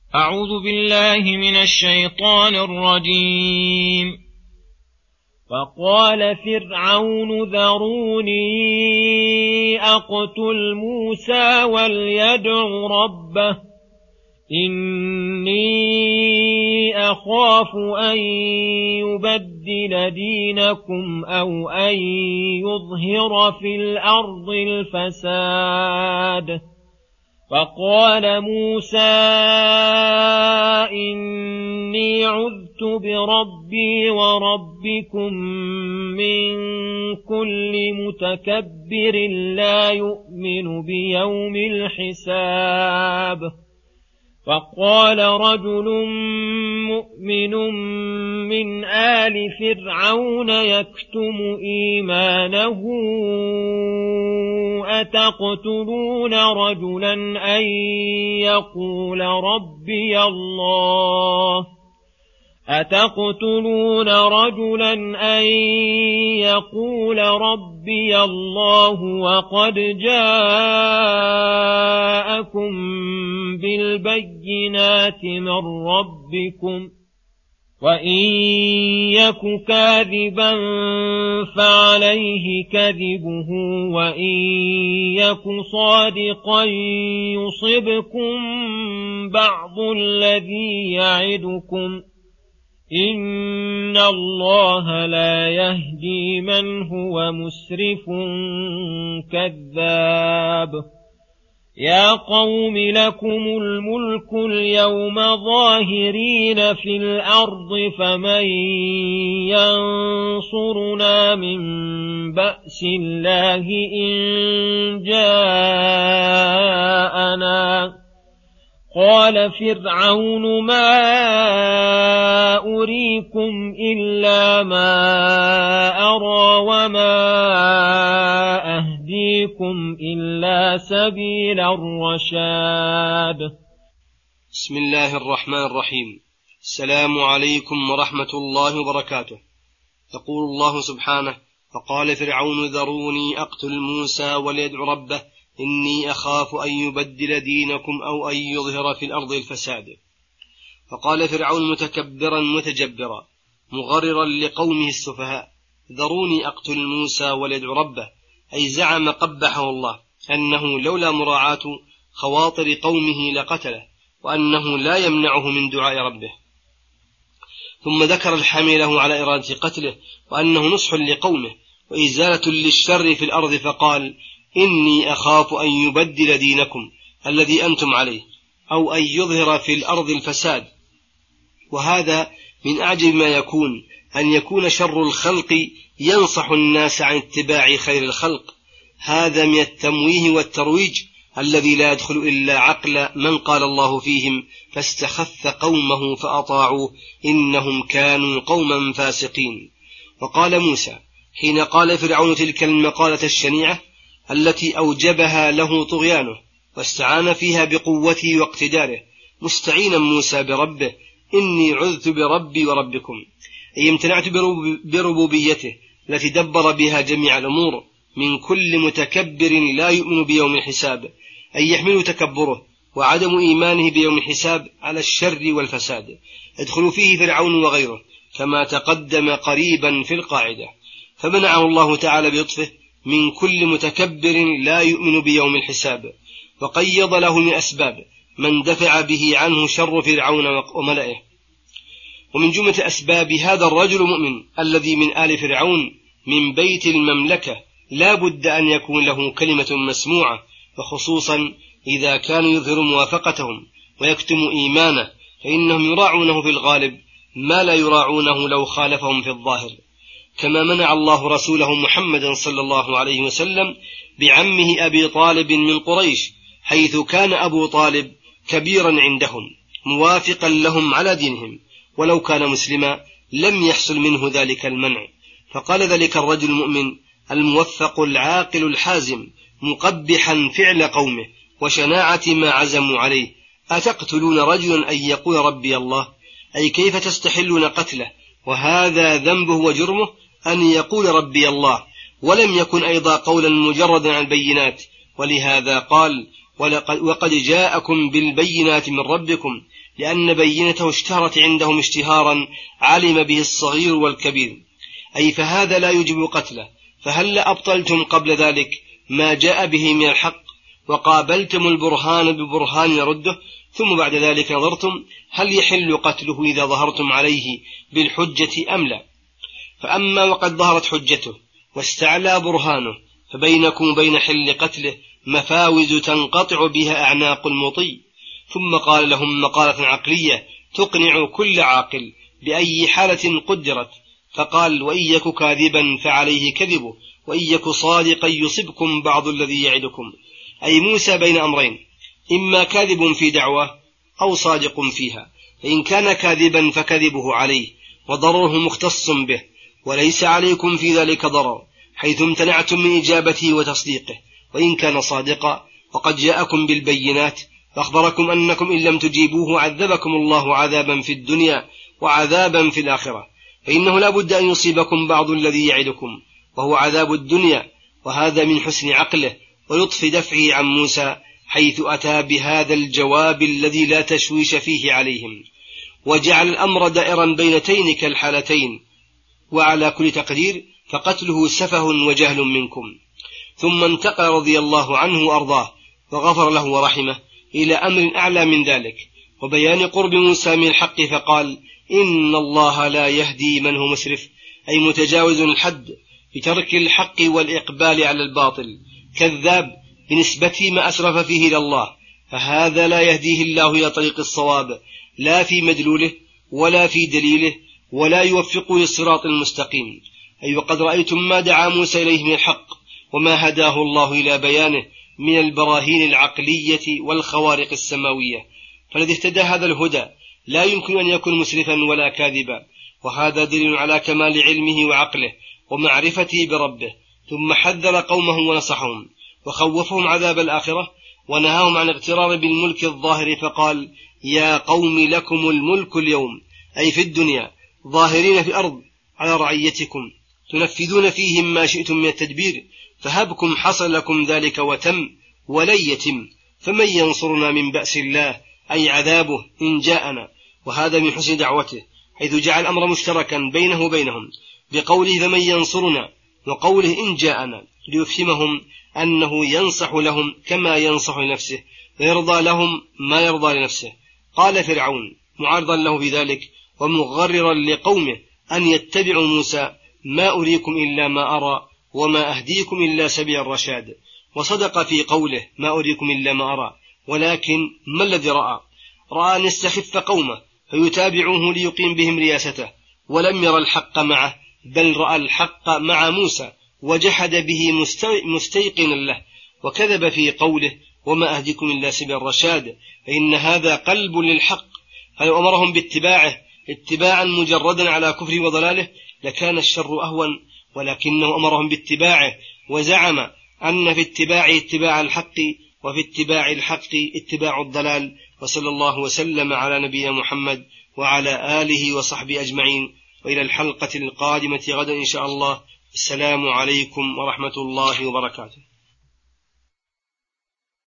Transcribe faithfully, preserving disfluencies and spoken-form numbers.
أعوذ بالله من الشيطان الرجيم. وقال فرعون ذروني أقتل موسى وليدع ربه إني أخاف أن يبدل دينكم أو أن يظهر في الأرض الفساد. فقال موسى إني عذت بربي وربكم من كل متكبر لا يؤمن بيوم الحساب. فقال رجل مؤمن من آل فرعون يكتم إيمانه أتقتلون رجلا أن يقول ربي الله أتقتلون رجلا أن يقول ربي الله وقد جاءكم بالبينات من ربكم وإن يك كاذبا فعليه كذبه وإن يك صادقا يصبكم بعض الذي يعدكم إن الله لا يهدي من هو مسرف كذاب. يا قوم لكم الملك اليوم ظاهرين في الأرض فمن ينصرنا من بأس الله إن جاءنا. قال فرعون ما أريكم إلا ما أرى وما أهديكم إلا سبيل الرشاد. بسم الله الرحمن الرحيم. السلام عليكم ورحمة الله وبركاته. يقول الله سبحانه: فقال فرعون ذروني أقتل موسى وليدع ربه إني أخاف أن يبدل دينكم أو أن يظهر في الأرض الفساد. فقال فرعون متكبرا متجبرا مغررا لقومه السفهاء: ذروني أقتل موسى وليدع ربه، أي زعم قبحه الله أنه لولا مراعاة خواطر قومه لقتله، وأنه لا يمنعه من دعاء ربه. ثم ذكر الحامله على إرادة قتله وأنه نصح لقومه وإزالة للشر في الأرض، فقال: إني أخاف أن يبدل دينكم الذي أنتم عليه أو أن يظهر في الأرض الفساد. وهذا من أعجب ما يكون، أن يكون شر الخلق ينصح الناس عن اتباع خير الخلق. هذا من التمويه والترويج الذي لا يدخل إلا عقل من قال الله فيهم: فاستخف قومه فأطاعوه إنهم كانوا قوما فاسقين. وقال موسى حين قال فرعون تلك المقالة الشنيعة التي أوجبها له طغيانه واستعان فيها بقوته واقتداره، مستعينا موسى بربه: إني عذت بربي وربكم، أي امتنعت بربوبيته التي دبر بها جميع الأمور من كل متكبر لا يؤمن بيوم الحساب، أي يحمل تكبره وعدم إيمانه بيوم الحساب على الشر والفساد، يدخل فيه فرعون وغيره كما تقدم قريبا في القاعدة. فمنعه الله تعالى بلطفه من كل متكبر لا يؤمن بيوم الحساب، وقيض له من أسباب من دفع به عنه شر فرعون وملئه. ومن جملة أسباب هذا الرجل المؤمن الذي من آل فرعون من بيت المملكة لا بد أن يكون له كلمة مسموعة، وخصوصا إذا كان يظهر موافقتهم ويكتم إيمانه، فإنهم يراعونه في الغالب ما لا يراعونه لو خالفهم في الظاهر. كما منع الله رسوله محمد صلى الله عليه وسلم بعمه أبي طالب من قريش، حيث كان أبو طالب كبيرا عندهم موافقا لهم على دينهم، ولو كان مسلما لم يحصل منه ذلك المنع. فقال ذلك الرجل المؤمن الموفق العاقل الحازم مقبحا فعل قومه وشناعة ما عزموا عليه: أتقتلون رجلا أن يقول ربي الله، أي كيف تستحلون قتله وهذا ذنبه وجرمه أن يقول ربي الله، ولم يكن أيضا قولا مجردا عن البينات. ولهذا قال: وقد جاءكم بالبينات من ربكم، لأن بينته اشتهرت عندهم اشتهارا علم به الصغير والكبير، أي فهذا لا يجب قتله. فهل أبطلتم قبل ذلك ما جاء به من الحق وقابلتم البرهان ببرهان يرده، ثم بعد ذلك نظرتم هل يحل قتله إذا ظهرتم عليه بالحجة أم لا؟ فأما وقد ظهرت حجته واستعلى برهانه فبينكم وبين حل قتله مفاوز تنقطع بها أعناق المطي. ثم قال لهم مقالة عقلية تقنع كل عاقل بأي حالة قدرت، فقال: وإن يك كاذبا فعليه كذبه وإن يك صادقا يصبكم بعض الذي يعدكم. أي موسى بين أمرين، إما كاذب في دعوة أو صادق فيها، فإن كان كاذبا فكذبه عليه وضرره مختص به، وليس عليكم في ذلك ضرر حيث امتنعتم من إجابته وتصديقه. وإن كان صادقا وقد جاءكم بالبينات فأخبركم أنكم إن لم تجيبوه عذبكم الله عذابا في الدنيا وعذابا في الآخرة، فإنه لا بد أن يصيبكم بعض الذي يعدكم وهو عذاب الدنيا، وهذا من حسن عقله ولطف دفعه عن موسى حيث أتى بهذا الجواب الذي لا تشويش فيه عليهم، وجعل الأمر دائرا بينتين كالحالتين، وعلى كل تقدير فقتله سفه وجهل منكم. ثم انتقل رضي الله عنه وأرضاه وغفر له ورحمه إلى أمر أعلى من ذلك وبيان قرب موسى من الحق، فقال: إن الله لا يهدي من هو مسرف، أي متجاوز الحد بترك الحق والإقبال على الباطل، كذاب بنسبة ما أسرف فيه إلى الله، فهذا لا يهديه الله إلى طريق الصواب لا في مدلوله ولا في دليله، ولا يوفقه للصراط المستقيم. أي وقد رأيتم ما دعا موسى إليه من الحق وما هداه الله إلى بيانه من البراهين العقلية والخوارق السماوية، فالذي اهتدى هذا الهدى لا يمكن أن يكون مسرفا ولا كاذبا، وهذا دليل على كمال علمه وعقله ومعرفته بربه. ثم حذر قومه ونصحهم وخوفهم عذاب الآخرة ونهاهم عن اغترار بالملك الظاهر، فقال: يا قوم لكم الملك اليوم، أي في الدنيا، ظاهرين في الأرض على رعيتكم تنفذون فيهم ما شئتم من التدبير، فهبكم حصل لكم ذلك وتم ولن يتم، فمن ينصرنا من بأس الله، أي عذابه إن جاءنا. وهذا من حسن دعوته حيث جعل الأمر مشتركا بينه وبينهم بقوله فمن ينصرنا وقوله إن جاءنا، ليفهمهم أنه ينصح لهم كما ينصح لنفسه ويرضى لهم ما يرضى لنفسه. قال فرعون معارضا له بذلك ومغررا لقومه أن يتبعوا موسى: ما أريكم إلا ما أرى وما أهديكم إلا سبيل الرشاد. وصدق في قوله ما أريكم إلا ما أرى، ولكن ما الذي رأى؟ رأى أن يستخف قومه فيتابعوه ليقيم بهم رياسته، ولم يرى الحق معه، بل رأى الحق مع موسى وجحد به مستيقنا له، وكذب في قوله وما أهديكم إلا سبيل الرشاد، فإن هذا قلب للحق، فلو أمرهم باتباعه اتباعا مجردا على كفره وضلاله لكان الشر أهون، ولكنه أمرهم باتباعه وزعم أن في اتباع اتباع الحق وفي اتباع الحق اتباع الضلال. وصلى الله وسلم على نبينا محمد وعلى آله وصحبه أجمعين، وإلى الحلقة القادمة غدا إن شاء الله. السلام عليكم ورحمة الله وبركاته.